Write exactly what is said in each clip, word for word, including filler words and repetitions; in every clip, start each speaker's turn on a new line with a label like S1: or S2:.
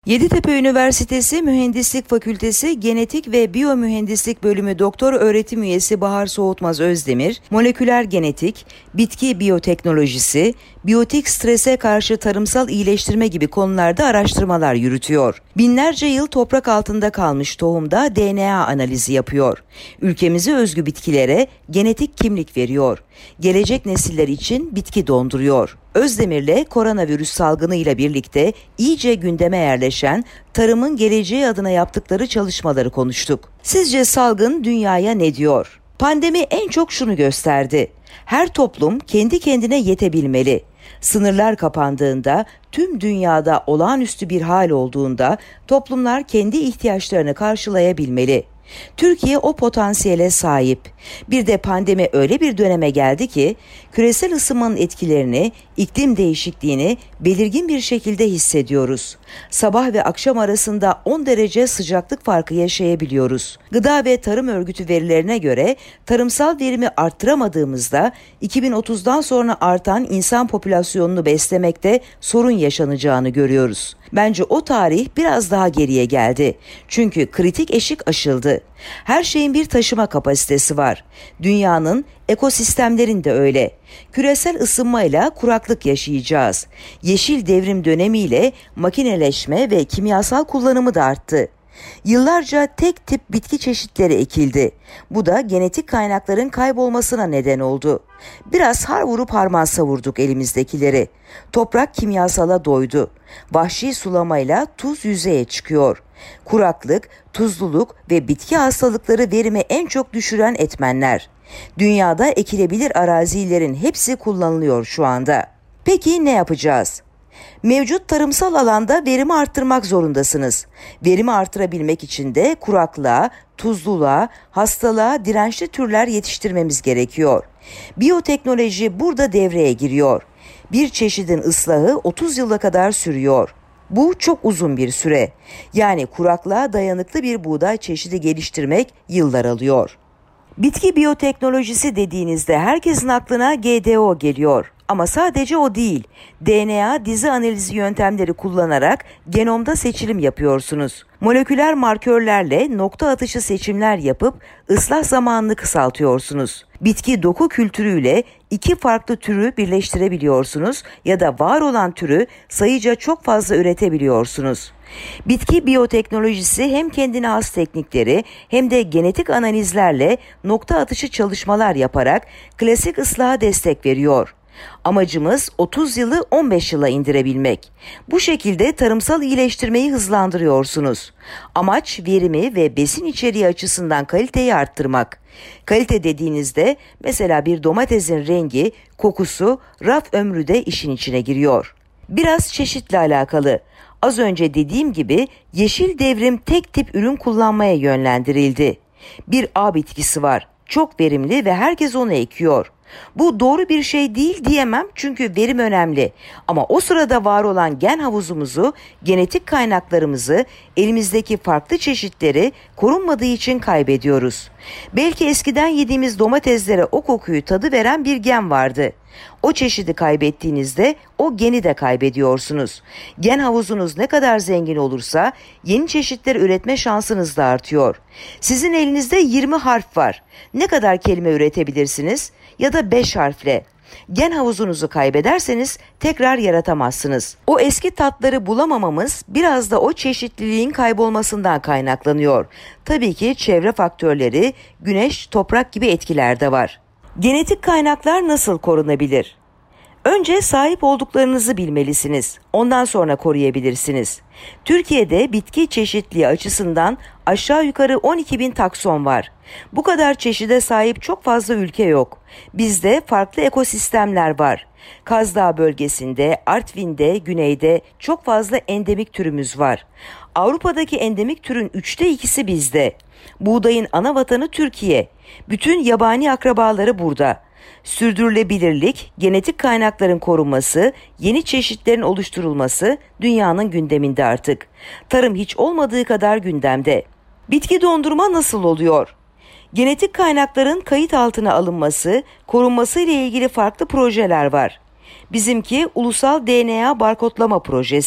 S1: Yeditepe Üniversitesi Mühendislik Fakültesi Genetik ve Biyomühendislik Bölümü Doktor Öğretim Üyesi Bahar Soğutmaz Özdemir, moleküler genetik, bitki biyoteknolojisi, biyotik strese karşı tarımsal iyileştirme gibi konularda araştırmalar yürütüyor. Binlerce yıl toprak altında kalmış tohumda D N A analizi yapıyor. Ülkemize özgü bitkilere genetik kimlik veriyor. Gelecek nesiller için bitki donduruyor. Özdemir'le koronavirüs salgınıyla birlikte iyice gündeme yerleşen tarımın geleceği adına yaptıkları çalışmaları konuştuk. Sizce salgın dünyaya ne diyor? Pandemi en çok şunu gösterdi. Her toplum kendi kendine yetebilmeli. Sınırlar kapandığında, tüm dünyada olağanüstü bir hal olduğunda toplumlar kendi ihtiyaçlarını karşılayabilmeli. Türkiye o potansiyele sahip. Bir de pandemi öyle bir döneme geldi ki küresel ısınmanın etkilerini, iklim değişikliğini belirgin bir şekilde hissediyoruz. Sabah ve akşam arasında on derece sıcaklık farkı yaşayabiliyoruz. Gıda ve Tarım Örgütü verilerine göre tarımsal verimi arttıramadığımızda iki bin otuzdan sonra artan insan popülasyonunu beslemekte sorun yaşanacağını görüyoruz. Bence o tarih biraz daha geriye geldi. Çünkü kritik eşik aşıldı. Her şeyin bir taşıma kapasitesi var. Dünyanın, ekosistemlerin de öyle. Küresel ısınmayla kuraklık yaşayacağız. Yeşil devrim dönemiyle makineleşme ve kimyasal kullanımı da arttı. Yıllarca tek tip bitki çeşitleri ekildi. Bu da genetik kaynakların kaybolmasına neden oldu. Biraz har vurup harman savurduk elimizdekileri. Toprak kimyasala doydu. Vahşi sulamayla tuz yüzeye çıkıyor. Kuraklık, tuzluluk ve bitki hastalıkları verimi en çok düşüren etmenler. Dünyada ekilebilir arazilerin hepsi kullanılıyor şu anda. Peki ne yapacağız? Mevcut tarımsal alanda verimi arttırmak zorundasınız. Verimi artırabilmek için de kuraklığa, tuzluluğa, hastalığa dirençli türler yetiştirmemiz gerekiyor. Biyoteknoloji burada devreye giriyor. Bir çeşidin ıslahı otuz yıla kadar sürüyor. Bu çok uzun bir süre. Yani kuraklığa dayanıklı bir buğday çeşidi geliştirmek yıllar alıyor. Bitki biyoteknolojisi dediğinizde herkesin aklına G D O geliyor. Ama sadece o değil. D N A dizi analizi yöntemleri kullanarak genomda seçilim yapıyorsunuz. Moleküler markörlerle nokta atışı seçimler yapıp ıslah zamanını kısaltıyorsunuz. Bitki doku kültürüyle iki farklı türü birleştirebiliyorsunuz ya da var olan türü sayıca çok fazla üretebiliyorsunuz. Bitki biyoteknolojisi hem kendine has teknikleri hem de genetik analizlerle nokta atışı çalışmalar yaparak klasik ıslaha destek veriyor. Amacımız otuz yılı on beş yıla indirebilmek. Bu şekilde tarımsal iyileştirmeyi hızlandırıyorsunuz. Amaç verimi ve besin içeriği açısından kaliteyi arttırmak. Kalite dediğinizde mesela bir domatesin rengi, kokusu, raf ömrü de işin içine giriyor. Biraz çeşitle alakalı. Az önce dediğim gibi yeşil devrim tek tip ürün kullanmaya yönlendirildi. Bir ağ bitkisi var. Çok verimli ve herkes onu ekiyor. Bu doğru bir şey değil diyemem çünkü verim önemli. Ama o sırada var olan gen havuzumuzu, genetik kaynaklarımızı, elimizdeki farklı çeşitleri korunmadığı için kaybediyoruz. Belki eskiden yediğimiz domateslere o kokuyu tadı veren bir gen vardı. O çeşidi kaybettiğinizde o geni de kaybediyorsunuz. Gen havuzunuz ne kadar zengin olursa yeni çeşitler üretme şansınız da artıyor. Sizin elinizde yirmi harf var. Ne kadar kelime üretebilirsiniz? Ya da beş harfle. Gen havuzunuzu kaybederseniz tekrar yaratamazsınız. O eski tatları bulamamamız biraz da o çeşitliliğin kaybolmasından kaynaklanıyor. Tabii ki çevre faktörleri, güneş, toprak gibi etkiler de var. Genetik kaynaklar nasıl korunabilir? Önce sahip olduklarınızı bilmelisiniz. Ondan sonra koruyabilirsiniz. Türkiye'de bitki çeşitliliği açısından aşağı yukarı on iki bin takson var. Bu kadar çeşide sahip çok fazla ülke yok. Bizde farklı ekosistemler var. Kaz Dağı bölgesinde, Artvin'de, güneyde çok fazla endemik türümüz var. Avrupa'daki endemik türün üçte ikisi bizde. Buğdayın ana vatanı Türkiye. Bütün yabani akrabaları burada. Sürdürülebilirlik, genetik kaynakların korunması, yeni çeşitlerin oluşturulması dünyanın gündeminde artık. Tarım hiç olmadığı kadar gündemde. Bitki dondurma nasıl oluyor? Genetik kaynakların kayıt altına alınması, korunması ile ilgili farklı projeler var. Bizimki Ulusal D N A Barkodlama Projesi.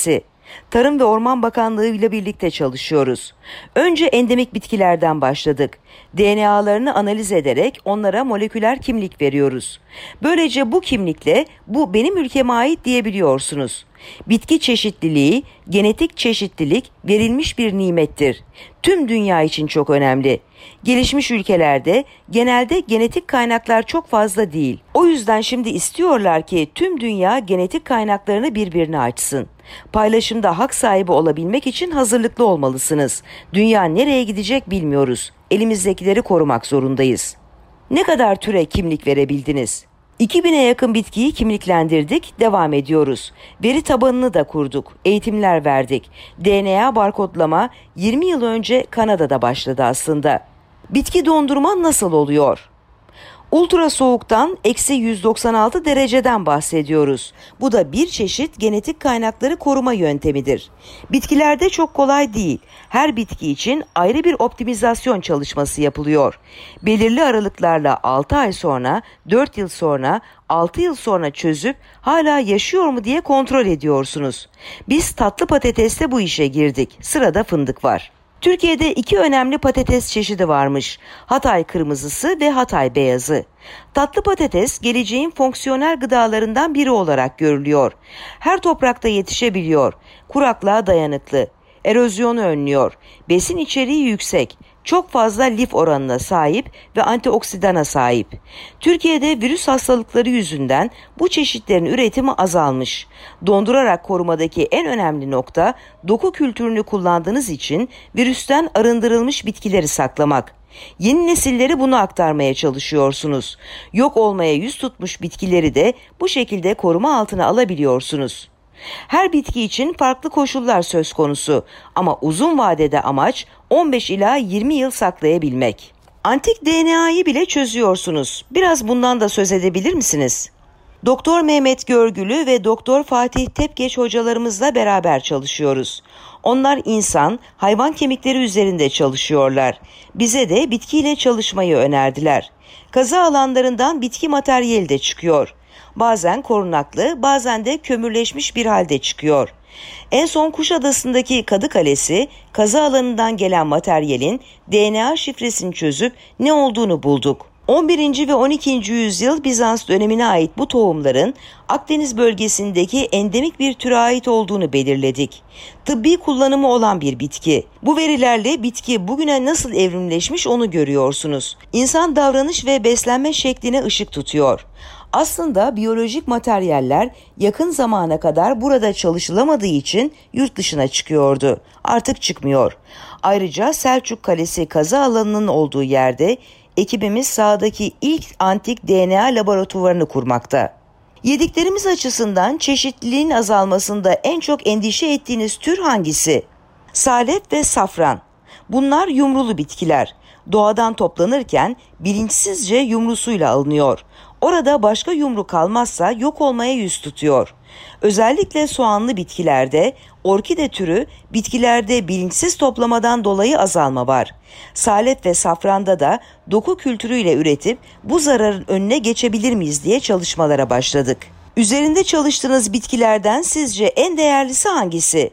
S1: Tarım ve Orman Bakanlığı ile birlikte çalışıyoruz. Önce endemik bitkilerden başladık. D N A'larını analiz ederek onlara moleküler kimlik veriyoruz. Böylece bu kimlikle bu benim ülkeme ait diyebiliyorsunuz. Bitki çeşitliliği, genetik çeşitlilik verilmiş bir nimettir. Tüm dünya için çok önemli. Gelişmiş ülkelerde genelde genetik kaynaklar çok fazla değil. O yüzden şimdi istiyorlar ki tüm dünya genetik kaynaklarını birbirine açsın. Paylaşımda hak sahibi olabilmek için hazırlıklı olmalısınız. Dünya nereye gidecek bilmiyoruz. Elimizdekileri korumak zorundayız. Ne kadar türe kimlik verebildiniz? iki bine yakın bitkiyi kimliklendirdik, devam ediyoruz. Veri tabanını da kurduk, eğitimler verdik. D N A barkodlama yirmi yıl önce Kanada'da başladı aslında. Bitki dondurma nasıl oluyor? Ultra soğuktan eksi yüz doksan altı dereceden bahsediyoruz. Bu da bir çeşit genetik kaynakları koruma yöntemidir. Bitkilerde çok kolay değil. Her bitki için ayrı bir optimizasyon çalışması yapılıyor. Belirli aralıklarla altı ay sonra, dört yıl sonra, altı yıl sonra çözüp hala yaşıyor mu diye kontrol ediyorsunuz. Biz tatlı patatesle bu işe girdik. Sırada fındık var. Türkiye'de iki önemli patates çeşidi varmış. Hatay kırmızısı ve Hatay beyazı. Tatlı patates geleceğin fonksiyonel gıdalarından biri olarak görülüyor. Her toprakta yetişebiliyor. Kuraklığa dayanıklı. Erozyonu önlüyor. Besin içeriği yüksek. Çok fazla lif oranına sahip ve antioksidana sahip. Türkiye'de virüs hastalıkları yüzünden bu çeşitlerin üretimi azalmış. Dondurarak korumadaki en önemli nokta doku kültürünü kullandığınız için virüsten arındırılmış bitkileri saklamak. Yeni nesilleri bunu aktarmaya çalışıyorsunuz. Yok olmaya yüz tutmuş bitkileri de bu şekilde koruma altına alabiliyorsunuz. Her bitki için farklı koşullar söz konusu ama uzun vadede amaç on beş ila yirmi yıl saklayabilmek. Antik D N A'yı bile çözüyorsunuz. Biraz bundan da söz edebilir misiniz? Doktor Mehmet Görgülü ve Doktor Fatih Tepgeç hocalarımızla beraber çalışıyoruz. Onlar insan, hayvan kemikleri üzerinde çalışıyorlar. Bize de bitkiyle çalışmayı önerdiler. Kazı alanlarından bitki materyali de çıkıyor. Bazen korunaklı, bazen de kömürleşmiş bir halde çıkıyor. En son Kuşadası'ndaki Kadı Kalesi, kazı alanından gelen materyalin D N A şifresini çözüp ne olduğunu bulduk. on birinci ve on ikinci yüzyıl Bizans dönemine ait bu tohumların Akdeniz bölgesindeki endemik bir türe ait olduğunu belirledik. Tıbbi kullanımı olan bir bitki. Bu verilerle bitki bugüne nasıl evrimleşmiş onu görüyorsunuz. İnsan davranış ve beslenme şekline ışık tutuyor. Aslında biyolojik materyaller yakın zamana kadar burada çalışılamadığı için yurt dışına çıkıyordu. Artık çıkmıyor. Ayrıca Selçuk Kalesi kazı alanının olduğu yerde ekibimiz sahadaki ilk antik D N A laboratuvarını kurmakta. Yediklerimiz açısından çeşitliliğin azalmasında en çok endişe ettiğiniz tür hangisi? Salep ve safran. Bunlar yumrulu bitkiler. Doğadan toplanırken bilinçsizce yumrusuyla alınıyor. Orada başka yumru kalmazsa yok olmaya yüz tutuyor. Özellikle soğanlı bitkilerde, orkide türü bitkilerde bilinçsiz toplamadan dolayı azalma var. Salep ve safranda da doku kültürüyle üretip bu zararın önüne geçebilir miyiz diye çalışmalara başladık. Üzerinde çalıştığınız bitkilerden sizce en değerlisi hangisi?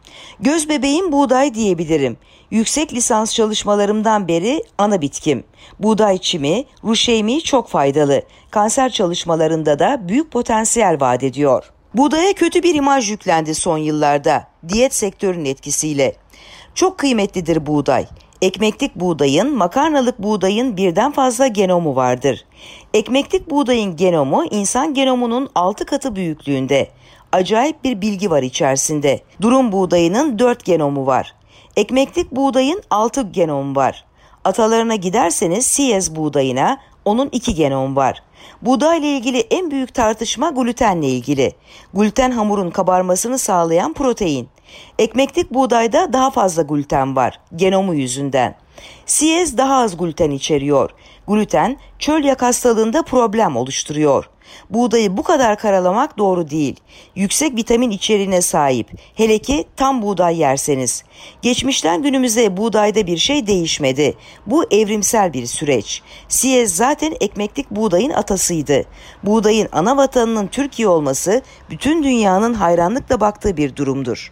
S1: Göz bebeğim buğday diyebilirim. Yüksek lisans çalışmalarımdan beri ana bitkim. Buğday çimi, ruşeymi çok faydalı. Kanser çalışmalarında da büyük potansiyel vaat ediyor. Buğdaya kötü bir imaj yüklendi son yıllarda, diyet sektörünün etkisiyle. Çok kıymetlidir buğday. Ekmeklik buğdayın, makarnalık buğdayın birden fazla genomu vardır. Ekmeklik buğdayın genomu insan genomunun altı katı büyüklüğünde. Acayip bir bilgi var içerisinde. Durum buğdayının dört genomu var. Ekmeklik buğdayın altı genomu var. Atalarına giderseniz Siyez buğdayına onun iki genom var. Buğdayla ilgili en büyük tartışma glutenle ilgili. Gluten hamurun kabarmasını sağlayan protein. Ekmeklik buğdayda daha fazla gluten var genomu yüzünden. Siyez daha az gluten içeriyor. Gluten çölyak hastalığında problem oluşturuyor. Buğdayı bu kadar karalamak doğru değil. Yüksek vitamin içeriğine sahip. Hele ki tam buğday yerseniz. Geçmişten günümüze buğdayda bir şey değişmedi. Bu evrimsel bir süreç. Siyez zaten ekmeklik buğdayın atasıydı. Buğdayın ana vatanının Türkiye olması bütün dünyanın hayranlıkla baktığı bir durumdur.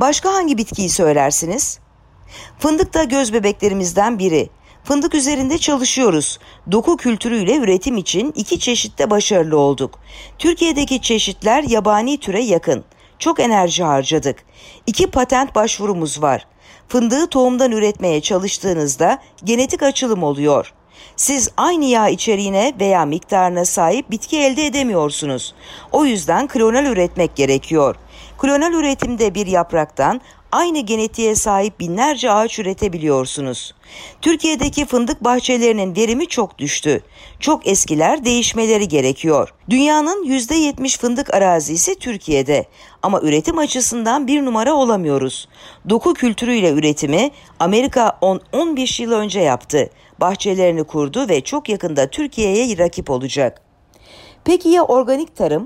S1: Başka hangi bitkiyi söylersiniz? Fındık da göz bebeklerimizden biri. Fındık üzerinde çalışıyoruz. Doku kültürüyle üretim için iki çeşitte başarılı olduk. Türkiye'deki çeşitler yabani türe yakın. Çok enerji harcadık. İki patent başvurumuz var. Fındığı tohumdan üretmeye çalıştığınızda genetik açılım oluyor. Siz aynı yağ içeriğine veya miktarına sahip bitki elde edemiyorsunuz. O yüzden klonal üretmek gerekiyor. Klonal üretimde bir yapraktan aynı genetiğe sahip binlerce ağaç üretebiliyorsunuz. Türkiye'deki fındık bahçelerinin verimi çok düştü. Çok eskiler, değişmeleri gerekiyor. Dünyanın yüzde yetmiş fındık arazisi Türkiye'de. Ama üretim açısından bir numara olamıyoruz. Doku kültürüyle üretimi Amerika on on beş yıl önce yaptı. Bahçelerini kurdu ve çok yakında Türkiye'ye rakip olacak. Peki ya organik tarım?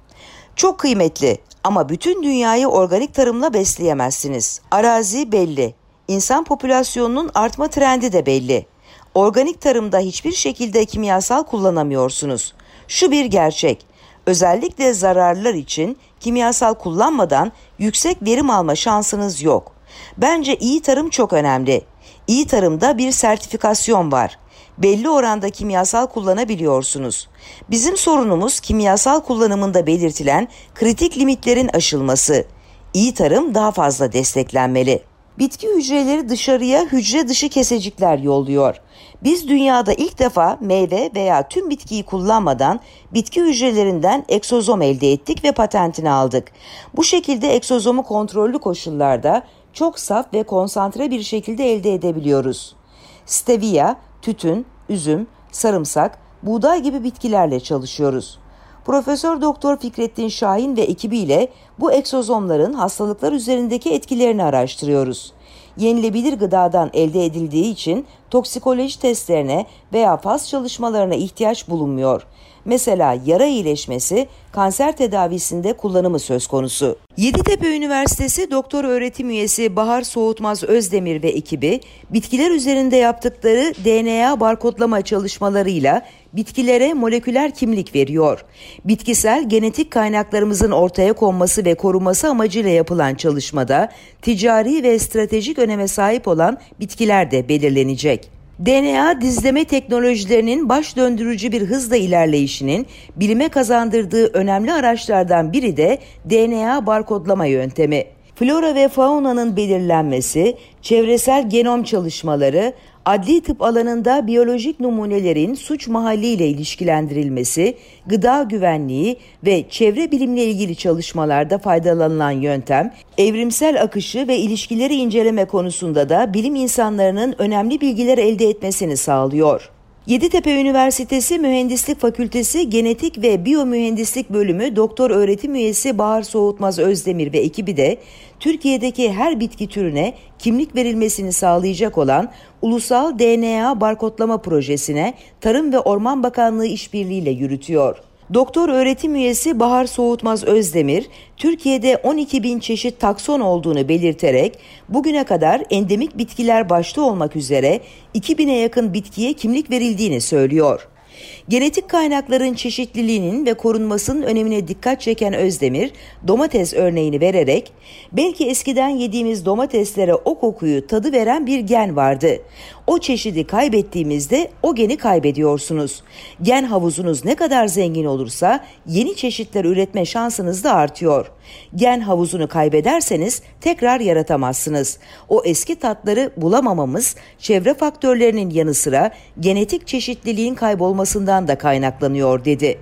S1: Çok kıymetli ama bütün dünyayı organik tarımla besleyemezsiniz. Arazi belli. İnsan popülasyonunun artma trendi de belli. Organik tarımda hiçbir şekilde kimyasal kullanamıyorsunuz. Şu bir gerçek. Özellikle zararlılar için kimyasal kullanmadan yüksek verim alma şansınız yok. Bence iyi tarım çok önemli. İyi tarımda bir sertifikasyon var. Belli oranda kimyasal kullanabiliyorsunuz. Bizim sorunumuz kimyasal kullanımında belirtilen kritik limitlerin aşılması. İyi tarım daha fazla desteklenmeli. Bitki hücreleri dışarıya hücre dışı kesecikler yolluyor. Biz dünyada ilk defa meyve veya tüm bitkiyi kullanmadan bitki hücrelerinden egzozom elde ettik ve patentini aldık. Bu şekilde egzozomu kontrollü koşullarda çok saf ve konsantre bir şekilde elde edebiliyoruz. Stevia, tütün, üzüm, sarımsak, buğday gibi bitkilerle çalışıyoruz. Profesör Doktor Fikrettin Şahin ve ekibiyle bu egzozomların hastalıklar üzerindeki etkilerini araştırıyoruz. Yenilebilir gıdadan elde edildiği için toksikoloji testlerine veya faz çalışmalarına ihtiyaç bulunmuyor. Mesela yara iyileşmesi, kanser tedavisinde kullanımı söz konusu. Yeditepe Üniversitesi Doktor Öğretim Üyesi Bahar Soğutmaz Özdemir ve ekibi bitkiler üzerinde yaptıkları D N A barkodlama çalışmalarıyla bitkilere moleküler kimlik veriyor. Bitkisel genetik kaynaklarımızın ortaya konması ve korunması amacıyla yapılan çalışmada ticari ve stratejik öneme sahip olan bitkiler de belirlenecek. D N A dizleme teknolojilerinin baş döndürücü bir hızla ilerleyişinin bilime kazandırdığı önemli araçlardan biri de D N A barkodlama yöntemi. Flora ve faunanın belirlenmesi, çevresel genom çalışmaları, adli tıp alanında biyolojik numunelerin suç mahalliyle ilişkilendirilmesi, gıda güvenliği ve çevre bilimle ilgili çalışmalarda faydalanılan yöntem, evrimsel akışı ve ilişkileri inceleme konusunda da bilim insanlarının önemli bilgiler elde etmesini sağlıyor. Yeditepe Üniversitesi Mühendislik Fakültesi Genetik ve Biyomühendislik Bölümü Doktor Öğretim Üyesi Bahar Soğutmaz Özdemir ve ekibi de Türkiye'deki her bitki türüne kimlik verilmesini sağlayacak olan Ulusal D N A Barkodlama Projesi'ne Tarım ve Orman Bakanlığı işbirliğiyle yürütüyor. Doktor Öğretim Üyesi Bahar Soğutmaz Özdemir, Türkiye'de on iki bin çeşit takson olduğunu belirterek bugüne kadar endemik bitkiler başta olmak üzere iki bine yakın bitkiye kimlik verildiğini söylüyor. Genetik kaynakların çeşitliliğinin ve korunmasının önemine dikkat çeken Özdemir, domates örneğini vererek, belki eskiden yediğimiz domateslere o kokuyu, tadı veren bir gen vardı. O çeşidi kaybettiğimizde o geni kaybediyorsunuz. Gen havuzunuz ne kadar zengin olursa yeni çeşitler üretme şansınız da artıyor. Gen havuzunu kaybederseniz tekrar yaratamazsınız. O eski tatları bulamamamız çevre faktörlerinin yanı sıra genetik çeşitliliğin kaybolmasından da kaynaklanıyor dedi.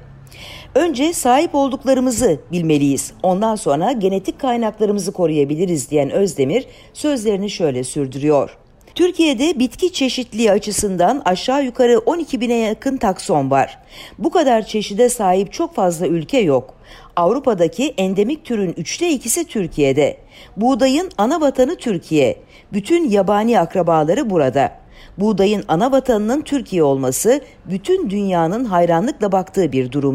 S1: Önce sahip olduklarımızı bilmeliyiz. Ondan sonra genetik kaynaklarımızı koruyabiliriz diyen Özdemir sözlerini şöyle sürdürüyor. Türkiye'de bitki çeşitliliği açısından aşağı yukarı on iki bine yakın takson var. Bu kadar çeşide sahip çok fazla ülke yok. Avrupa'daki endemik türün üçte ikisi Türkiye'de. Buğdayın ana vatanı Türkiye. Bütün yabani akrabaları burada. Buğdayın ana vatanının Türkiye olması bütün dünyanın hayranlıkla baktığı bir durumdur.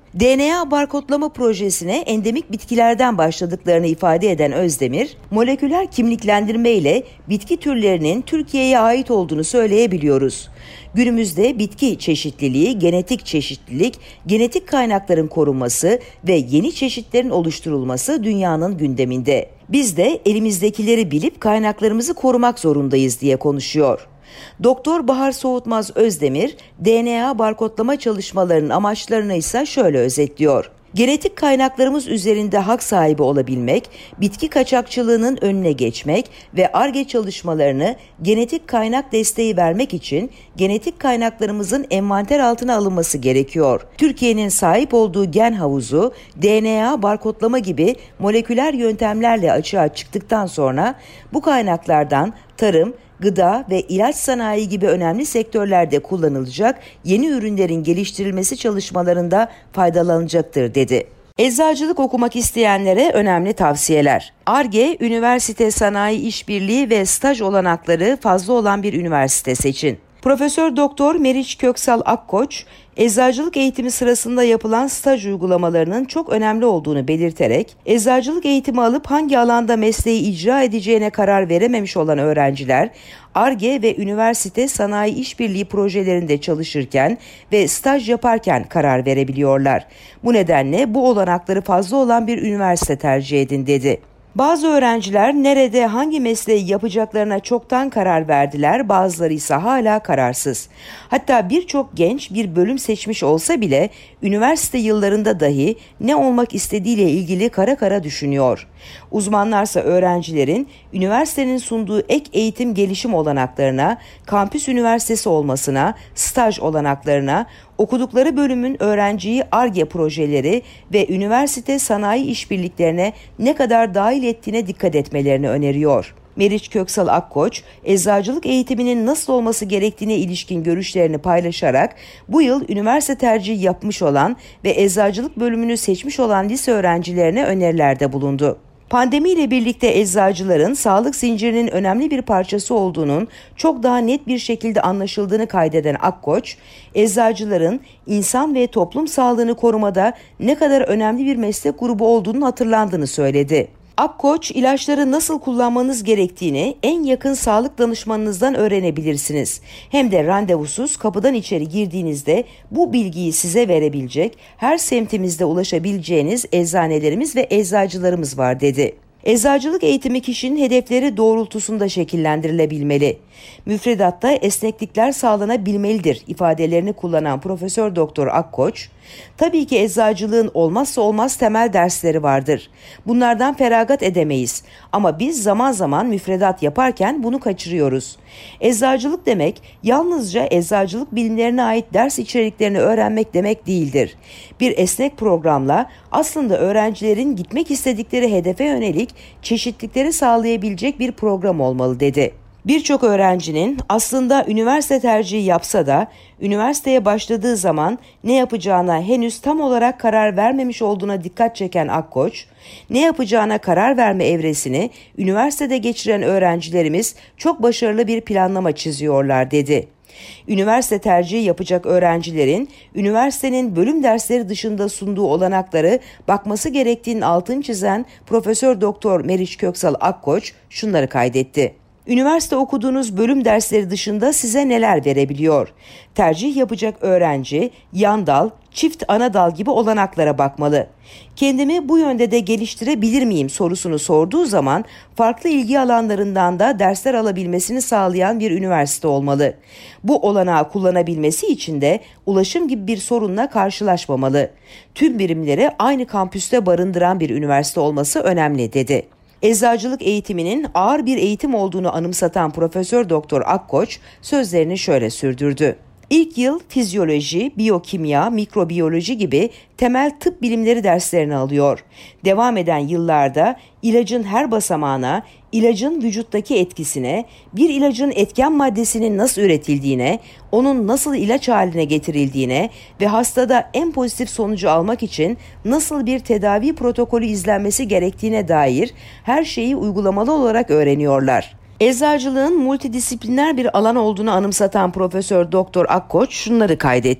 S1: D N A barkodlama projesine endemik bitkilerden başladıklarını ifade eden Özdemir, moleküler kimliklendirme ile bitki türlerinin Türkiye'ye ait olduğunu söyleyebiliyoruz. Günümüzde bitki çeşitliliği, genetik çeşitlilik, genetik kaynakların korunması ve yeni çeşitlerin oluşturulması dünyanın gündeminde. Biz de elimizdekileri bilip kaynaklarımızı korumak zorundayız diye konuşuyor. Doktor Bahar Soğutmaz Özdemir, D N A barkodlama çalışmalarının amaçlarını ise şöyle özetliyor. Genetik kaynaklarımız üzerinde hak sahibi olabilmek, bitki kaçakçılığının önüne geçmek ve Ar-Ge çalışmalarını genetik kaynak desteği vermek için genetik kaynaklarımızın envanter altına alınması gerekiyor. Türkiye'nin sahip olduğu gen havuzu, D N A barkodlama gibi moleküler yöntemlerle açığa çıktıktan sonra bu kaynaklardan tarım, gıda ve ilaç sanayi gibi önemli sektörlerde kullanılacak yeni ürünlerin geliştirilmesi çalışmalarında faydalanacaktır dedi. Eczacılık okumak isteyenlere önemli tavsiyeler. Ar-Ge, üniversite, sanayi işbirliği ve staj olanakları fazla olan bir üniversite seçin. Profesör Doktor Meriç Köksal Akkoç, eczacılık eğitimi sırasında yapılan staj uygulamalarının çok önemli olduğunu belirterek, eczacılık eğitimi alıp hangi alanda mesleği icra edeceğine karar verememiş olan öğrenciler, Ar-Ge ve üniversite sanayi işbirliği projelerinde çalışırken ve staj yaparken karar verebiliyorlar. Bu nedenle bu olanakları fazla olan bir üniversite tercih edin dedi. Bazı öğrenciler nerede hangi mesleği yapacaklarına çoktan karar verdiler, bazıları ise hala kararsız. Hatta birçok genç bir bölüm seçmiş olsa bile üniversite yıllarında dahi ne olmak istediğiyle ilgili kara kara düşünüyor. Uzmanlarsa öğrencilerin üniversitenin sunduğu ek eğitim gelişim olanaklarına, kampüs üniversitesi olmasına, staj olanaklarına, okudukları bölümün öğrenciyi Ar-Ge projeleri ve üniversite sanayi işbirliklerine ne kadar dahil ettiğine dikkat etmelerini öneriyor. Meriç Köksal Akkoç, eczacılık eğitiminin nasıl olması gerektiğine ilişkin görüşlerini paylaşarak bu yıl üniversite tercihi yapmış olan ve eczacılık bölümünü seçmiş olan lise öğrencilerine önerilerde bulundu. Pandemiyle birlikte eczacıların sağlık zincirinin önemli bir parçası olduğunun çok daha net bir şekilde anlaşıldığını kaydeden Akkoç, eczacıların insan ve toplum sağlığını korumada ne kadar önemli bir meslek grubu olduğunu hatırlandığını söyledi. Akkoç, ilaçları nasıl kullanmanız gerektiğini en yakın sağlık danışmanınızdan öğrenebilirsiniz. Hem de randevusuz kapıdan içeri girdiğinizde bu bilgiyi size verebilecek, her semtimizde ulaşabileceğiniz eczanelerimiz ve eczacılarımız var dedi. Eczacılık eğitimi kişinin hedefleri doğrultusunda şekillendirilebilmeli. Müfredatta esneklikler sağlanabilmelidir ifadelerini kullanan Profesör Doktor Akkoç, tabii ki eczacılığın olmazsa olmaz temel dersleri vardır. Bunlardan feragat edemeyiz ama biz zaman zaman müfredat yaparken bunu kaçırıyoruz. Eczacılık demek yalnızca eczacılık bilimlerine ait ders içeriklerini öğrenmek demek değildir. Bir esnek programla aslında öğrencilerin gitmek istedikleri hedefe yönelik çeşitlilikleri sağlayabilecek bir program olmalı dedi. Birçok öğrencinin aslında üniversite tercihi yapsa da üniversiteye başladığı zaman ne yapacağına henüz tam olarak karar vermemiş olduğuna dikkat çeken Akkoç, ne yapacağına karar verme evresini üniversitede geçiren öğrencilerimiz çok başarılı bir planlama çiziyorlar dedi. Üniversite tercihi yapacak öğrencilerin üniversitenin bölüm dersleri dışında sunduğu olanakları bakması gerektiğinin altını çizen Profesör Doktor Meriç Köksal Akkoç şunları kaydetti. Üniversite okuduğunuz bölüm dersleri dışında size neler verebiliyor? Tercih yapacak öğrenci, yan dal, çift ana dal gibi olanaklara bakmalı. Kendimi bu yönde de geliştirebilir miyim sorusunu sorduğu zaman farklı ilgi alanlarından da dersler alabilmesini sağlayan bir üniversite olmalı. Bu olanağı kullanabilmesi için de ulaşım gibi bir sorunla karşılaşmamalı. Tüm birimleri aynı kampüste barındıran bir üniversite olması önemli dedi. Eczacılık eğitiminin ağır bir eğitim olduğunu anımsatan Profesör Doktor Akkoç sözlerini şöyle sürdürdü. İlk yıl fizyoloji, biyokimya, mikrobiyoloji gibi temel tıp bilimleri derslerini alıyor. Devam eden yıllarda ilacın her basamağına, ilacın vücuttaki etkisine, bir ilacın etken maddesinin nasıl üretildiğine, onun nasıl ilaç haline getirildiğine ve hastada en pozitif sonucu almak için nasıl bir tedavi protokolü izlenmesi gerektiğine dair her şeyi uygulamalı olarak öğreniyorlar. Eczacılığın multidisipliner bir alan olduğunu anımsatan Profesör Doktor Akkoç şunları kaydetti.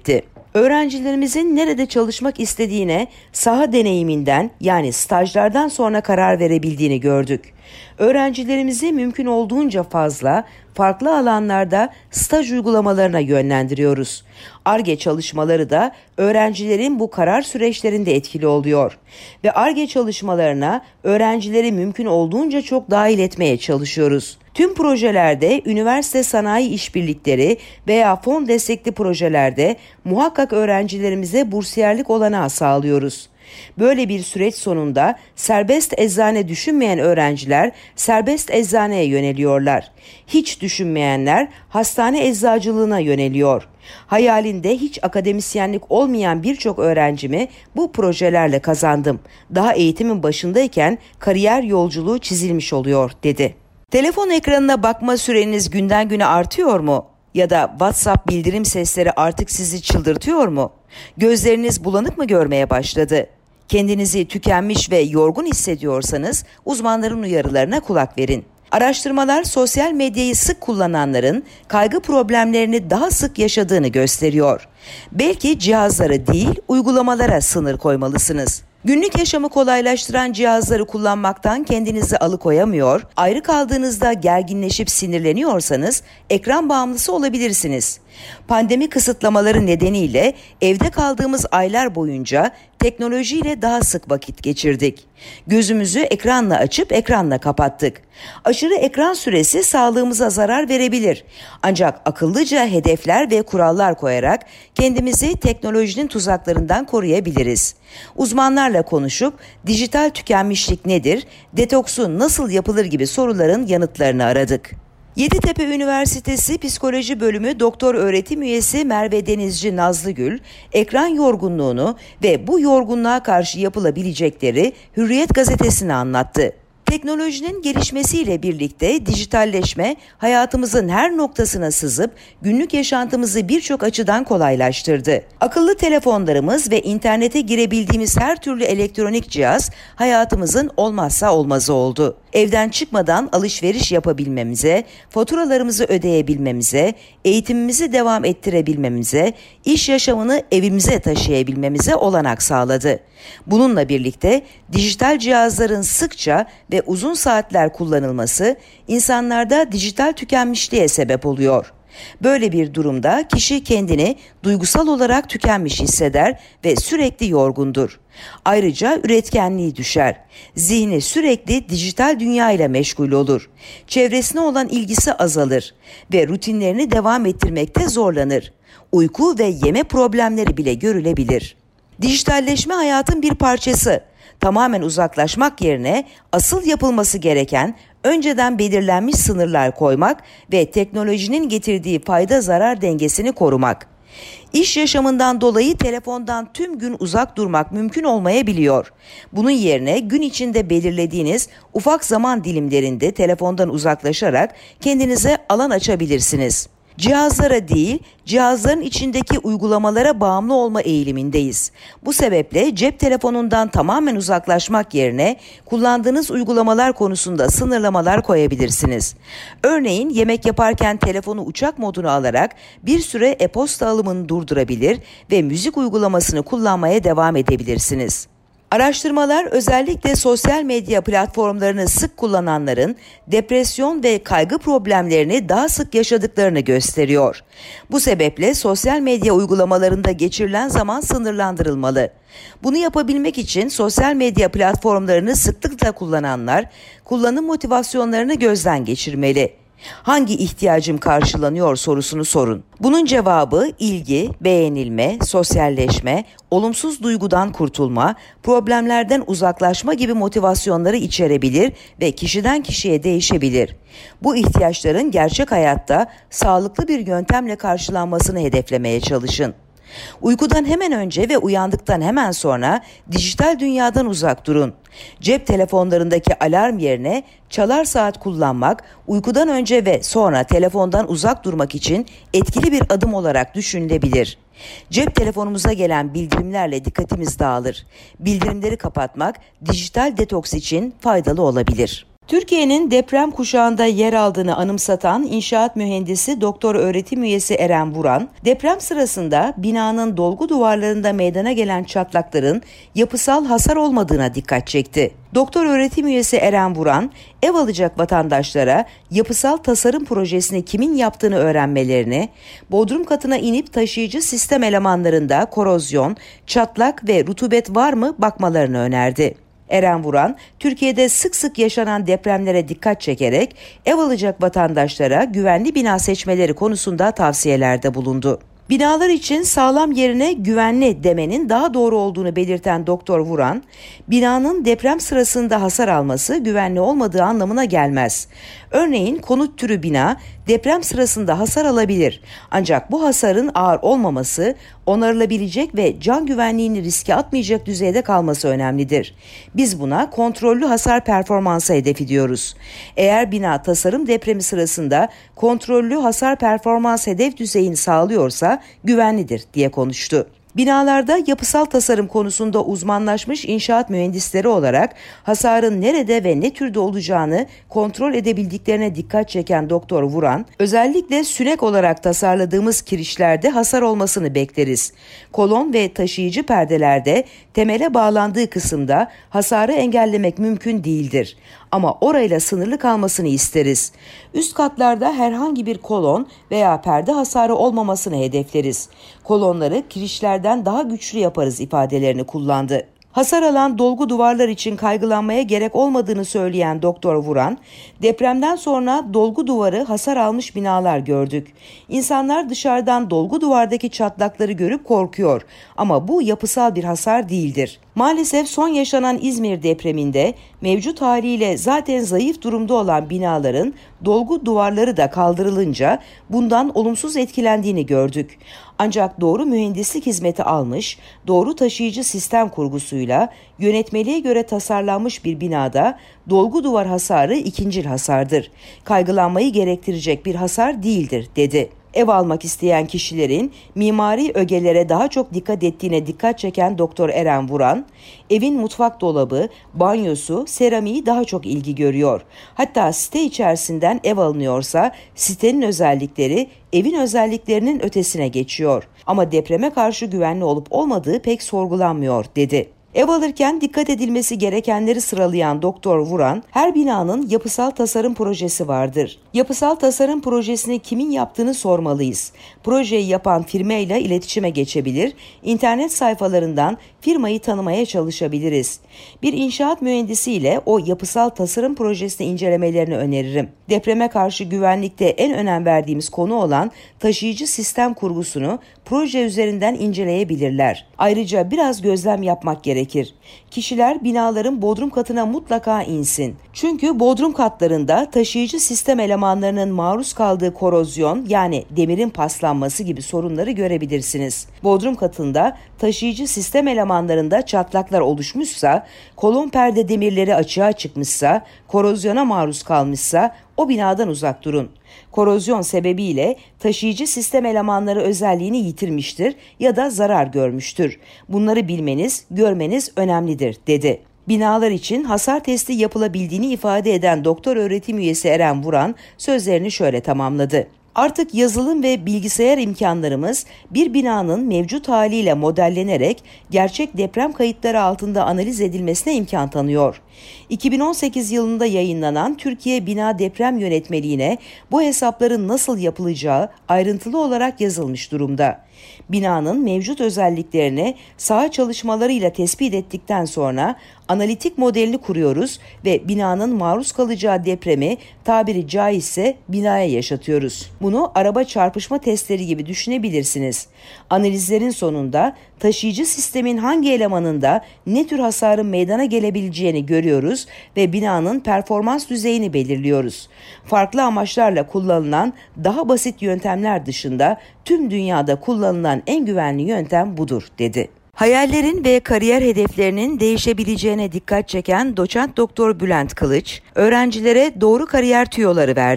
S1: Öğrencilerimizin nerede çalışmak istediğine saha deneyiminden yani stajlardan sonra karar verebildiğini gördük. Öğrencilerimizi mümkün olduğunca fazla farklı alanlarda staj uygulamalarına yönlendiriyoruz. Ar-Ge çalışmaları da öğrencilerin bu karar süreçlerinde etkili oluyor. Ve Ar-Ge çalışmalarına öğrencileri mümkün olduğunca çok dahil etmeye çalışıyoruz. Tüm projelerde üniversite sanayi işbirlikleri veya fon destekli projelerde muhakkak öğrencilerimize bursiyerlik olanağı sağlıyoruz. Böyle bir süreç sonunda serbest eczane düşünmeyen öğrenciler serbest eczaneye yöneliyorlar. Hiç düşünmeyenler hastane eczacılığına yöneliyor. Hayalinde hiç akademisyenlik olmayan birçok öğrencimi bu projelerle kazandım. Daha eğitimin başındayken kariyer yolculuğu çizilmiş oluyor, dedi. Telefon ekranına bakma süreniz günden güne artıyor mu? Ya da WhatsApp bildirim sesleri artık sizi çıldırtıyor mu? Gözleriniz bulanık mı görmeye başladı? Kendinizi tükenmiş ve yorgun hissediyorsanız uzmanların uyarılarına kulak verin. Araştırmalar sosyal medyayı sık kullananların kaygı problemlerini daha sık yaşadığını gösteriyor. Belki cihazlara değil, uygulamalara sınır koymalısınız. Günlük yaşamı kolaylaştıran cihazları kullanmaktan kendinizi alıkoyamıyor, ayrı kaldığınızda gerginleşip sinirleniyorsanız ekran bağımlısı olabilirsiniz. Pandemi kısıtlamaları nedeniyle evde kaldığımız aylar boyunca teknolojiyle daha sık vakit geçirdik. Gözümüzü ekranla açıp ekranla kapattık. Aşırı ekran süresi sağlığımıza zarar verebilir. Ancak akıllıca hedefler ve kurallar koyarak kendimizi teknolojinin tuzaklarından koruyabiliriz. Uzmanlarla konuşup dijital tükenmişlik nedir, detoksu nasıl yapılır gibi soruların yanıtlarını aradık. Yeditepe Üniversitesi Psikoloji Bölümü Doktor Öğretim Üyesi Merve Denizci Nazlıgül, ekran yorgunluğunu ve bu yorgunluğa karşı yapılabilecekleri Hürriyet gazetesine anlattı. Teknolojinin gelişmesiyle birlikte dijitalleşme hayatımızın her noktasına sızıp günlük yaşantımızı birçok açıdan kolaylaştırdı. Akıllı telefonlarımız ve internete girebildiğimiz her türlü elektronik cihaz hayatımızın olmazsa olmazı oldu. Evden çıkmadan alışveriş yapabilmemize, faturalarımızı ödeyebilmemize, eğitimimizi devam ettirebilmemize, iş yaşamını evimize taşıyabilmemize olanak sağladı. Bununla birlikte dijital cihazların sıkça ve uzun saatler kullanılması insanlarda dijital tükenmişliğe sebep oluyor. Böyle bir durumda kişi kendini duygusal olarak tükenmiş hisseder ve sürekli yorgundur. Ayrıca üretkenliği düşer. Zihni sürekli dijital dünya ile meşgul olur. Çevresine olan ilgisi azalır ve rutinlerini devam ettirmekte zorlanır. Uyku ve yeme problemleri bile görülebilir. Dijitalleşme hayatın bir parçası. Tamamen uzaklaşmak yerine asıl yapılması gereken önceden belirlenmiş sınırlar koymak ve teknolojinin getirdiği fayda zarar dengesini korumak. İş yaşamından dolayı telefondan tüm gün uzak durmak mümkün olmayabiliyor. Bunun yerine gün içinde belirlediğiniz ufak zaman dilimlerinde telefondan uzaklaşarak kendinize alan açabilirsiniz. Cihazlara değil, cihazların içindeki uygulamalara bağımlı olma eğilimindeyiz. Bu sebeple cep telefonundan tamamen uzaklaşmak yerine kullandığınız uygulamalar konusunda sınırlamalar koyabilirsiniz. Örneğin yemek yaparken telefonu uçak moduna alarak bir süre e-posta alımını durdurabilir ve müzik uygulamasını kullanmaya devam edebilirsiniz. Araştırmalar özellikle sosyal medya platformlarını sık kullananların depresyon ve kaygı problemlerini daha sık yaşadıklarını gösteriyor. Bu sebeple sosyal medya uygulamalarında geçirilen zaman sınırlandırılmalı. Bunu yapabilmek için sosyal medya platformlarını sıklıkla kullananlar kullanım motivasyonlarını gözden geçirmeli. Hangi ihtiyacım karşılanıyor sorusunu sorun. Bunun cevabı ilgi, beğenilme, sosyalleşme, olumsuz duygudan kurtulma, problemlerden uzaklaşma gibi motivasyonları içerebilir ve kişiden kişiye değişebilir. Bu ihtiyaçların gerçek hayatta sağlıklı bir yöntemle karşılanmasını hedeflemeye çalışın. Uykudan hemen önce ve uyandıktan hemen sonra dijital dünyadan uzak durun. Cep telefonlarındaki alarm yerine çalar saat kullanmak, uykudan önce ve sonra telefondan uzak durmak için etkili bir adım olarak düşünülebilir. Cep telefonumuza gelen bildirimlerle dikkatimiz dağılır. Bildirimleri kapatmak dijital detoks için faydalı olabilir. Türkiye'nin deprem kuşağında yer aldığını anımsatan inşaat mühendisi doktor öğretim üyesi Eren Vuran, deprem sırasında binanın dolgu duvarlarında meydana gelen çatlakların yapısal hasar olmadığına dikkat çekti. Doktor öğretim üyesi Eren Vuran, ev alacak vatandaşlara yapısal tasarım projesini kimin yaptığını öğrenmelerini, bodrum katına inip taşıyıcı sistem elemanlarında korozyon, çatlak ve rutubet var mı bakmalarını önerdi. Eren Vuran, Türkiye'de sık sık yaşanan depremlere dikkat çekerek ev alacak vatandaşlara güvenli bina seçmeleri konusunda tavsiyelerde bulundu. Binalar için sağlam yerine güvenli demenin daha doğru olduğunu belirten Doktor Vuran, binanın deprem sırasında hasar alması güvenli olmadığı anlamına gelmez. Örneğin konut türü bina deprem sırasında hasar alabilir. Ancak bu hasarın ağır olmaması, onarılabilecek ve can güvenliğini riske atmayacak düzeyde kalması önemlidir. Biz buna kontrollü hasar performansı hedefi diyoruz. Eğer bina tasarım depremi sırasında kontrollü hasar performans hedef düzeyini sağlıyorsa güvenlidir diye konuştu. Binalarda yapısal tasarım konusunda uzmanlaşmış inşaat mühendisleri olarak hasarın nerede ve ne türde olacağını kontrol edebildiklerine dikkat çeken Doktor Vuran, özellikle sünek olarak tasarladığımız kirişlerde hasar olmasını bekleriz. Kolon ve taşıyıcı perdelerde temele bağlandığı kısımda hasarı engellemek mümkün değildir. Ama orayla sınırlı kalmasını isteriz. Üst katlarda herhangi bir kolon veya perde hasarı olmamasını hedefleriz. Kolonları kirişlerden daha güçlü yaparız ifadelerini kullandı. Hasar alan dolgu duvarlar için kaygılanmaya gerek olmadığını söyleyen Doktor Vuran, depremden sonra dolgu duvarı hasar almış binalar gördük. İnsanlar dışarıdan dolgu duvardaki çatlakları görüp korkuyor ama bu yapısal bir hasar değildir. Maalesef son yaşanan İzmir depreminde mevcut haliyle zaten zayıf durumda olan binaların dolgu duvarları da kaldırılınca bundan olumsuz etkilendiğini gördük. Ancak doğru mühendislik hizmeti almış, doğru taşıyıcı sistem kurgusuyla yönetmeliğe göre tasarlanmış bir binada dolgu duvar hasarı ikincil hasardır. Kaygılanmayı gerektirecek bir hasar değildir, dedi. Ev almak isteyen kişilerin mimari ögelere daha çok dikkat ettiğine dikkat çeken Doktor Eren Vuran, evin mutfak dolabı, banyosu, seramiği daha çok ilgi görüyor. Hatta site içerisinden ev alınıyorsa sitenin özellikleri evin özelliklerinin ötesine geçiyor. Ama depreme karşı güvenli olup olmadığı pek sorgulanmıyor, dedi. Ev alırken dikkat edilmesi gerekenleri sıralayan Doktor Vuran, her binanın yapısal tasarım projesi vardır. Yapısal tasarım projesini kimin yaptığını sormalıyız. Projeyi yapan firmayla iletişime geçebilir, internet sayfalarından firmayı tanımaya çalışabiliriz. Bir inşaat mühendisiyle o yapısal tasarım projesini incelemelerini öneririm. Depreme karşı güvenlikte en önem verdiğimiz konu olan taşıyıcı sistem kurgusunu proje üzerinden inceleyebilirler. Ayrıca biraz gözlem yapmak gerekir. Kişiler binaların bodrum katına mutlaka insin. Çünkü bodrum katlarında taşıyıcı sistem elemanlarının maruz kaldığı korozyon, yani demirin paslanması gibi sorunları görebilirsiniz. Bodrum katında taşıyıcı sistem elemanlarında çatlaklar oluşmuşsa, kolon perde demirleri açığa çıkmışsa, korozyona maruz kalmışsa o binadan uzak durun. Korozyon sebebiyle taşıyıcı sistem elemanları özelliğini yitirmiştir ya da zarar görmüştür. Bunları bilmeniz, görmeniz önemlidir, dedi. Binalar için hasar testi yapılabildiğini ifade eden doktor öğretim üyesi Eren Vuran sözlerini şöyle tamamladı. Artık yazılım ve bilgisayar imkanlarımız bir binanın mevcut haliyle modellenerek gerçek deprem kayıtları altında analiz edilmesine imkan tanıyor. iki bin on sekiz yılında yayınlanan Türkiye Bina Deprem Yönetmeliğine bu hesapların nasıl yapılacağı ayrıntılı olarak yazılmış durumda. Binanın mevcut özelliklerini saha çalışmalarıyla tespit ettikten sonra analitik modelini kuruyoruz ve binanın maruz kalacağı depremi tabiri caizse binaya yaşatıyoruz. Bunu araba çarpışma testleri gibi düşünebilirsiniz. Analizlerin sonunda taşıyıcı sistemin hangi elemanında ne tür hasarın meydana gelebileceğini görüyoruz ve binanın performans düzeyini belirliyoruz. Farklı amaçlarla kullanılan daha basit yöntemler dışında tüm dünyada kullanılan en güvenli yöntem budur, dedi. Hayallerin ve kariyer hedeflerinin değişebileceğine dikkat çeken doçent doktor Bülent Kılıç, öğrencilere doğru kariyer tüyoları verdi.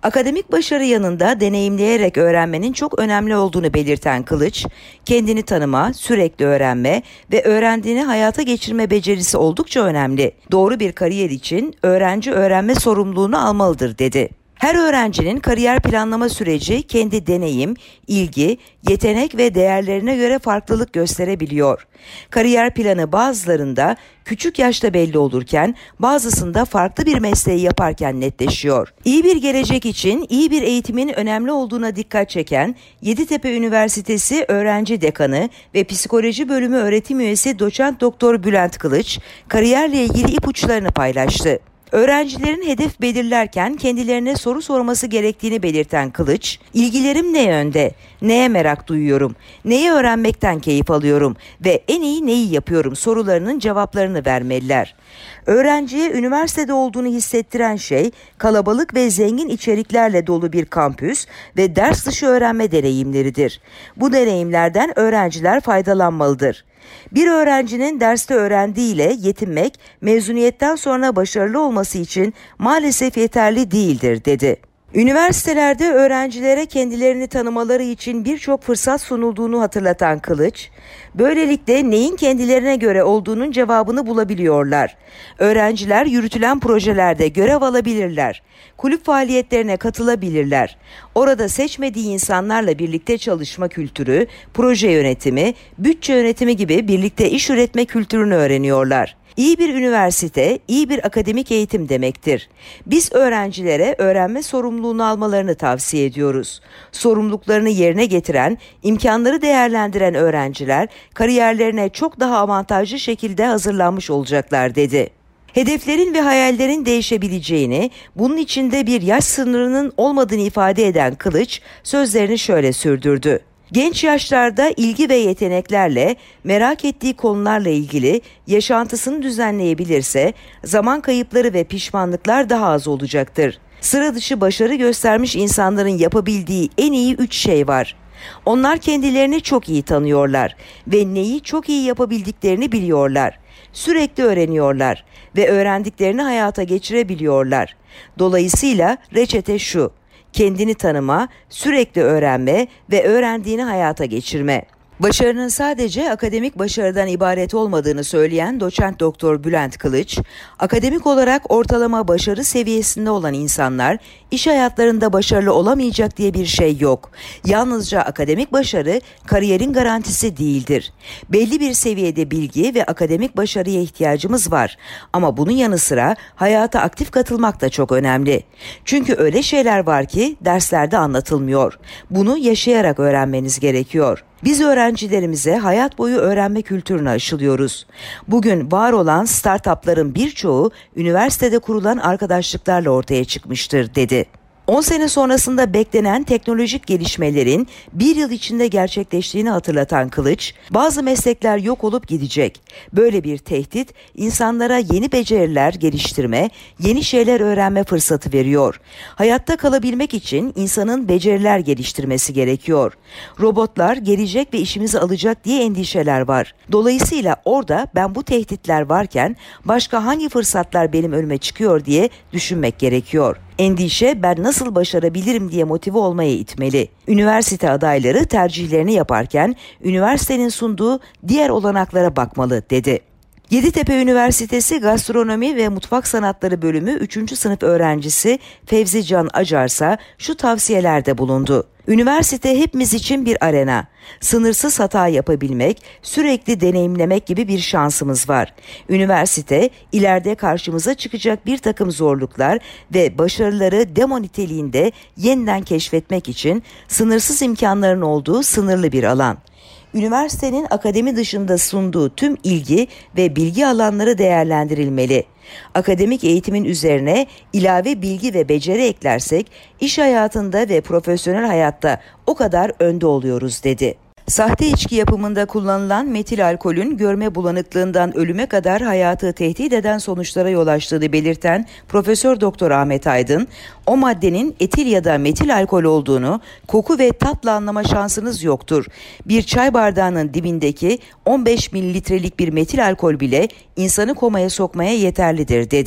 S1: Akademik başarı yanında deneyimleyerek öğrenmenin çok önemli olduğunu belirten Kılıç, kendini tanıma, sürekli öğrenme ve öğrendiğini hayata geçirme becerisi oldukça önemli. Doğru bir kariyer için öğrenci öğrenme sorumluluğunu almalıdır dedi. Her öğrencinin kariyer planlama süreci kendi deneyim, ilgi, yetenek ve değerlerine göre farklılık gösterebiliyor. Kariyer planı bazılarında küçük yaşta belli olurken bazısında farklı bir mesleği yaparken netleşiyor. İyi bir gelecek için iyi bir eğitimin önemli olduğuna dikkat çeken Yeditepe Üniversitesi Öğrenci Dekanı ve Psikoloji Bölümü öğretim üyesi Doçent Doktor Bülent Kılıç, kariyerle ilgili ipuçlarını paylaştı. Öğrencilerin hedef belirlerken kendilerine soru sorması gerektiğini belirten Kılıç, ilgilerim ne yönde, neye merak duyuyorum, neyi öğrenmekten keyif alıyorum ve en iyi neyi yapıyorum sorularının cevaplarını vermeliler. Öğrenciye üniversitede olduğunu hissettiren şey, kalabalık ve zengin içeriklerle dolu bir kampüs ve ders dışı öğrenme deneyimleridir. Bu deneyimlerden öğrenciler faydalanmalıdır. Bir öğrencinin derste öğrendiğiyle yetinmek, mezuniyetten sonra başarılı olması için maalesef yeterli değildir, dedi. Üniversitelerde öğrencilere kendilerini tanımaları için birçok fırsat sunulduğunu hatırlatan Kılıç, böylelikle neyin kendilerine göre olduğunun cevabını bulabiliyorlar. Öğrenciler yürütülen projelerde görev alabilirler, kulüp faaliyetlerine katılabilirler. Orada seçmediği insanlarla birlikte çalışma kültürü, proje yönetimi, bütçe yönetimi gibi birlikte iş üretme kültürünü öğreniyorlar. İyi bir üniversite, iyi bir akademik eğitim demektir. Biz öğrencilere öğrenme sorumluluğunu almalarını tavsiye ediyoruz. Sorumluluklarını yerine getiren, imkanları değerlendiren öğrenciler kariyerlerine çok daha avantajlı şekilde hazırlanmış olacaklar, dedi. Hedeflerin ve hayallerin değişebileceğini, bunun içinde bir yaş sınırının olmadığını ifade eden Kılıç, sözlerini şöyle sürdürdü. Genç yaşlarda ilgi ve yeteneklerle, merak ettiği konularla ilgili yaşantısını düzenleyebilirse, zaman kayıpları ve pişmanlıklar daha az olacaktır. Sıra dışı başarı göstermiş insanların yapabildiği en iyi üç şey var. Onlar kendilerini çok iyi tanıyorlar ve neyi çok iyi yapabildiklerini biliyorlar. Sürekli öğreniyorlar ve öğrendiklerini hayata geçirebiliyorlar. Dolayısıyla reçete şu: kendini tanıma, sürekli öğrenme ve öğrendiğini hayata geçirme. Başarının sadece akademik başarıdan ibaret olmadığını söyleyen Doçent Doktor Bülent Kılıç, akademik olarak ortalama başarı seviyesinde olan insanlar iş hayatlarında başarılı olamayacak diye bir şey yok. Yalnızca akademik başarı kariyerin garantisi değildir. Belli bir seviyede bilgi ve akademik başarıya ihtiyacımız var. Ama bunun yanı sıra hayata aktif katılmak da çok önemli. Çünkü öyle şeyler var ki derslerde anlatılmıyor. Bunu yaşayarak öğrenmeniz gerekiyor. Biz öğrencilerimize hayat boyu öğrenme kültürünü aşılıyoruz. Bugün var olan startupların birçoğu üniversitede kurulan arkadaşlıklarla ortaya çıkmıştır, dedi. on sene sonrasında beklenen teknolojik gelişmelerin bir yıl içinde gerçekleştiğini hatırlatan Kılıç, bazı meslekler yok olup gidecek. Böyle bir tehdit insanlara yeni beceriler geliştirme, yeni şeyler öğrenme fırsatı veriyor. Hayatta kalabilmek için insanın beceriler geliştirmesi gerekiyor. Robotlar gelecek ve işimizi alacak diye endişeler var. Dolayısıyla orada ben bu tehditler varken başka hangi fırsatlar benim önüme çıkıyor diye düşünmek gerekiyor. Endişe ben nasıl başarabilirim diye motive olmaya itmeli. Üniversite adayları tercihlerini yaparken üniversitenin sunduğu diğer olanaklara bakmalı, dedi. Yeditepe Üniversitesi Gastronomi ve Mutfak Sanatları Bölümü üçüncü sınıf öğrencisi Fevzi Can Acarsa şu tavsiyelerde bulundu. Üniversite hepimiz için bir arena. Sınırsız hata yapabilmek, sürekli deneyimlemek gibi bir şansımız var. Üniversite, ileride karşımıza çıkacak bir takım zorluklar ve başarıları demo niteliğinde yeniden keşfetmek için sınırsız imkanların olduğu sınırlı bir alan. Üniversitenin akademi dışında sunduğu tüm ilgi ve bilgi alanları değerlendirilmeli. Akademik eğitimin üzerine ilave bilgi ve beceri eklersek iş hayatında ve profesyonel hayatta o kadar önde oluyoruz, dedi. Sahte içki yapımında kullanılan metil alkolün görme bulanıklığından ölüme kadar hayatı tehdit eden sonuçlara yol açtığını belirten Profesör Doktor Ahmet Aydın, o maddenin etil ya da metil alkol olduğunu koku ve tatla anlama şansınız yoktur. Bir çay bardağının dibindeki on beş mililitrelik bir metil alkol bile insanı komaya sokmaya yeterlidir, dedi.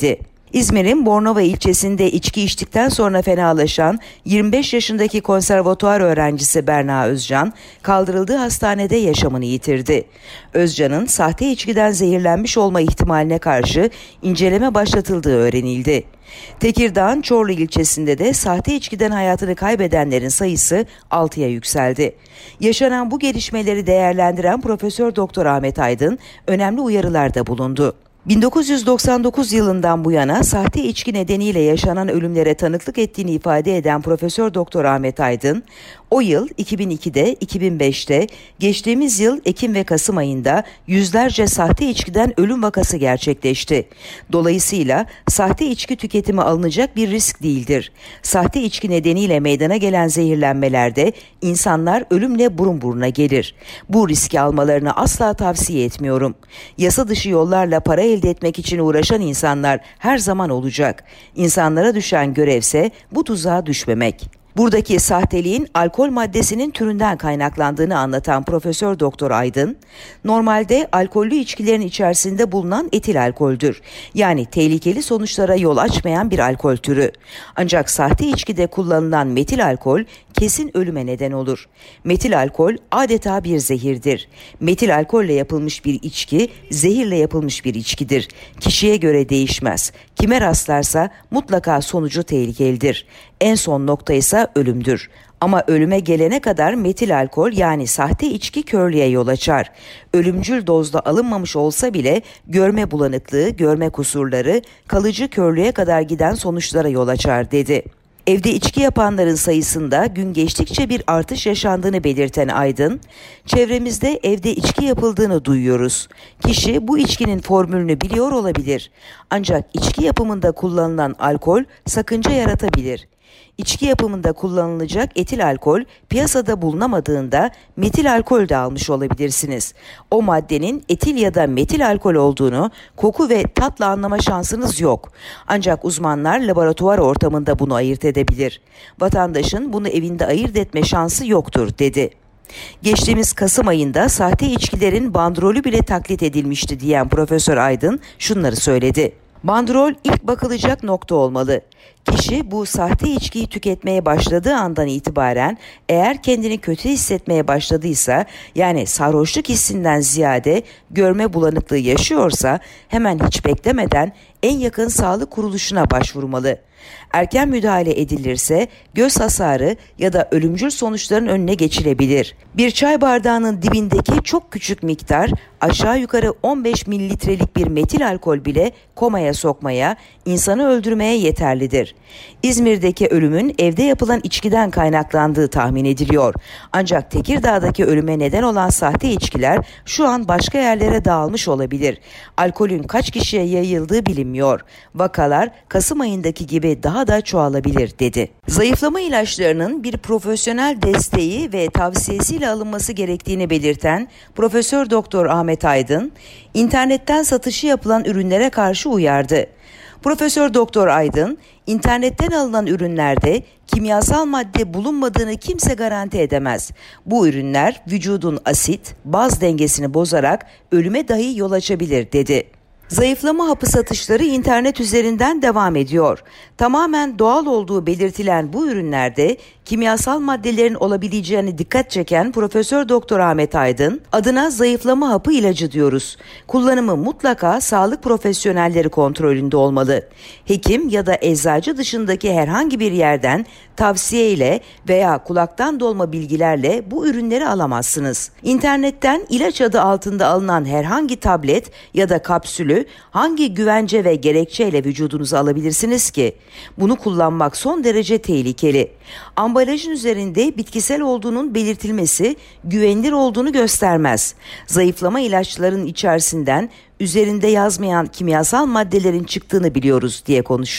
S1: İzmir'in Bornova ilçesinde içki içtikten sonra fenalaşan yirmi beş yaşındaki konservatuar öğrencisi Berna Özcan, kaldırıldığı hastanede yaşamını yitirdi. Özcan'ın sahte içkiden zehirlenmiş olma ihtimaline karşı inceleme başlatıldığı öğrenildi. Tekirdağ'ın Çorlu ilçesinde de sahte içkiden hayatını kaybedenlerin sayısı altıya yükseldi. Yaşanan bu gelişmeleri değerlendiren Profesör Doktor Ahmet Aydın önemli uyarılarda bulundu. bin dokuz yüz doksan dokuz yılından bu yana sahte içki nedeniyle yaşanan ölümlere tanıklık ettiğini ifade eden Profesör Doktor Ahmet Aydın, o yıl iki bin ikide, iki bin beşte, geçtiğimiz yıl Ekim ve Kasım ayında yüzlerce sahte içkiden ölüm vakası gerçekleşti. Dolayısıyla sahte içki tüketimi alınacak bir risk değildir. Sahte içki nedeniyle meydana gelen zehirlenmelerde insanlar ölümle burun buruna gelir. Bu riski almalarını asla tavsiye etmiyorum. Yasa dışı yollarla para elde etmek için uğraşan insanlar her zaman olacak. İnsanlara düşen görevse bu tuzağa düşmemek. Buradaki sahteliğin alkol maddesinin türünden kaynaklandığını anlatan Profesör Doktor Aydın, normalde alkollü içkilerin içerisinde bulunan etil alkoldür. Yani tehlikeli sonuçlara yol açmayan bir alkol türü. Ancak sahte içkide kullanılan metil alkol kesin ölüme neden olur. Metil alkol adeta bir zehirdir. Metil alkolle yapılmış bir içki, zehirle yapılmış bir içkidir. Kişiye göre değişmez. Kime rastlarsa mutlaka sonucu tehlikelidir. En son nokta ise ölümdür. Ama ölüme gelene kadar metil alkol yani sahte içki körlüğe yol açar. Ölümcül dozda alınmamış olsa bile görme bulanıklığı, görme kusurları, kalıcı körlüğe kadar giden sonuçlara yol açar dedi. Evde içki yapanların sayısında gün geçtikçe bir artış yaşandığını belirten Aydın, çevremizde evde içki yapıldığını duyuyoruz. Kişi bu içkinin formülünü biliyor olabilir. Ancak içki yapımında kullanılan alkol sakınca yaratabilir. İçki yapımında kullanılacak etil alkol piyasada bulunamadığında metil alkol de almış olabilirsiniz. O maddenin etil ya da metil alkol olduğunu koku ve tatla anlama şansınız yok. Ancak uzmanlar laboratuvar ortamında bunu ayırt edebilir. Vatandaşın bunu evinde ayırt etme şansı yoktur dedi. Geçtiğimiz Kasım ayında sahte içkilerin bandrolü bile taklit edilmişti diyen Profesör Aydın şunları söyledi. Bandrol ilk bakılacak nokta olmalı. Kişi bu sahte içkiyi tüketmeye başladığı andan itibaren eğer kendini kötü hissetmeye başladıysa, yani sarhoşluk hissinden ziyade görme bulanıklığı yaşıyorsa hemen hiç beklemeden en yakın sağlık kuruluşuna başvurmalı. Erken müdahale edilirse göz hasarı ya da ölümcül sonuçların önüne geçilebilir. Bir çay bardağının dibindeki çok küçük miktar aşağı yukarı on beş mililitrelik bir metil alkol bile komaya sokmaya, insanı öldürmeye yeterlidir. İzmir'deki ölümün evde yapılan içkiden kaynaklandığı tahmin ediliyor. Ancak Tekirdağ'daki ölüme neden olan sahte içkiler şu an başka yerlere dağılmış olabilir. Alkolün kaç kişiye yayıldığı bilinmiyor. Vakalar Kasım ayındaki gibi daha da çoğalabilir dedi. Zayıflama ilaçlarının bir profesyonel desteği ve tavsiyesiyle alınması gerektiğini belirten Profesör Doktor Ahmet Aydın, internetten satışı yapılan ürünlere karşı uyardı. Profesör Doktor Aydın, internetten alınan ürünlerde kimyasal madde bulunmadığını kimse garanti edemez. Bu ürünler vücudun asit, baz dengesini bozarak ölüme dahi yol açabilir dedi. Zayıflama hapı satışları internet üzerinden devam ediyor. Tamamen doğal olduğu belirtilen bu ürünlerde kimyasal maddelerin olabileceğini dikkat çeken Profesör Doktor Ahmet Aydın, adına zayıflama hapı ilacı diyoruz. Kullanımı mutlaka sağlık profesyonelleri kontrolünde olmalı. Hekim ya da eczacı dışındaki herhangi bir yerden tavsiyeyle veya kulaktan dolma bilgilerle bu ürünleri alamazsınız. İnternetten ilaç adı altında alınan herhangi tablet ya da kapsülü hangi güvence ve gerekçeyle vücudunuza alabilirsiniz ki? Bunu kullanmak son derece tehlikeli. Ambalajın üzerinde bitkisel olduğunun belirtilmesi güvenilir olduğunu göstermez. Zayıflama ilaçlarının içerisinden üzerinde yazmayan kimyasal maddelerin çıktığını biliyoruz diye konuştu.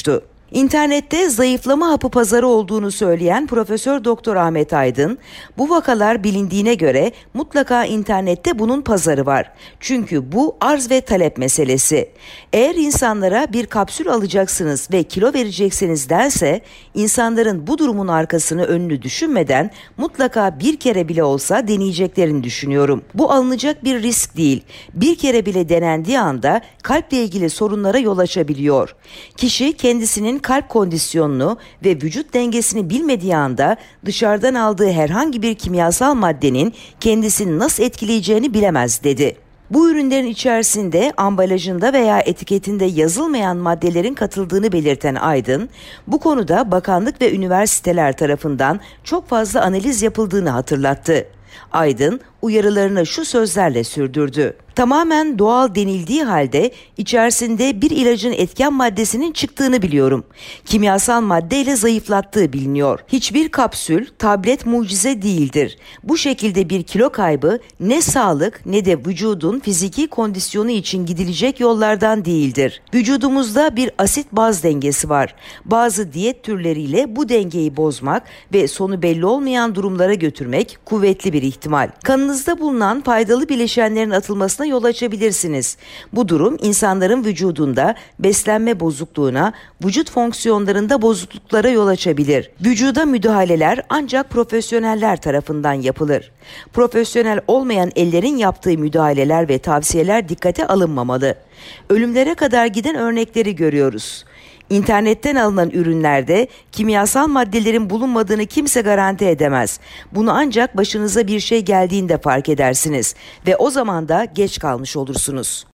S1: İnternette zayıflama hapı pazarı olduğunu söyleyen Profesör Doktor Ahmet Aydın, bu vakalar bilindiğine göre mutlaka internette bunun pazarı var. Çünkü bu arz ve talep meselesi. Eğer insanlara bir kapsül alacaksınız ve kilo vereceksiniz derse, insanların bu durumun arkasını önünü düşünmeden mutlaka bir kere bile olsa deneyeceklerini düşünüyorum. Bu alınacak bir risk değil. Bir kere bile denendiği anda kalple ilgili sorunlara yol açabiliyor. Kişi kendisinin kalp kondisyonunu ve vücut dengesini bilmediği anda dışarıdan aldığı herhangi bir kimyasal maddenin kendisini nasıl etkileyeceğini bilemez dedi. Bu ürünlerin içerisinde ambalajında veya etiketinde yazılmayan maddelerin katıldığını belirten Aydın, bu konuda bakanlık ve üniversiteler tarafından çok fazla analiz yapıldığını hatırlattı. Aydın uyarılarını şu sözlerle sürdürdü. Tamamen doğal denildiği halde içerisinde bir ilacın etken maddesinin çıktığını biliyorum. Kimyasal maddeyle zayıflattığı biliniyor. Hiçbir kapsül, tablet mucize değildir. Bu şekilde bir kilo kaybı ne sağlık ne de vücudun fiziki kondisyonu için gidilecek yollardan değildir. Vücudumuzda bir asit-baz dengesi var. Bazı diyet türleriyle bu dengeyi bozmak ve sonu belli olmayan durumlara götürmek kuvvetli bir ihtimal. Kanınızda bulunan faydalı bileşenlerin atılmasına yol açabilirsiniz. Bu durum insanların vücudunda beslenme bozukluğuna, vücut fonksiyonlarında bozukluklara yol açabilir. Vücuda müdahaleler ancak profesyoneller tarafından yapılır. Profesyonel olmayan ellerin yaptığı müdahaleler ve tavsiyeler dikkate alınmamalı. Ölümlere kadar giden örnekleri görüyoruz. İnternetten alınan ürünlerde kimyasal maddelerin bulunmadığını kimse garanti edemez. Bunu ancak başınıza bir şey geldiğinde fark edersiniz ve o zaman da geç kalmış olursunuz.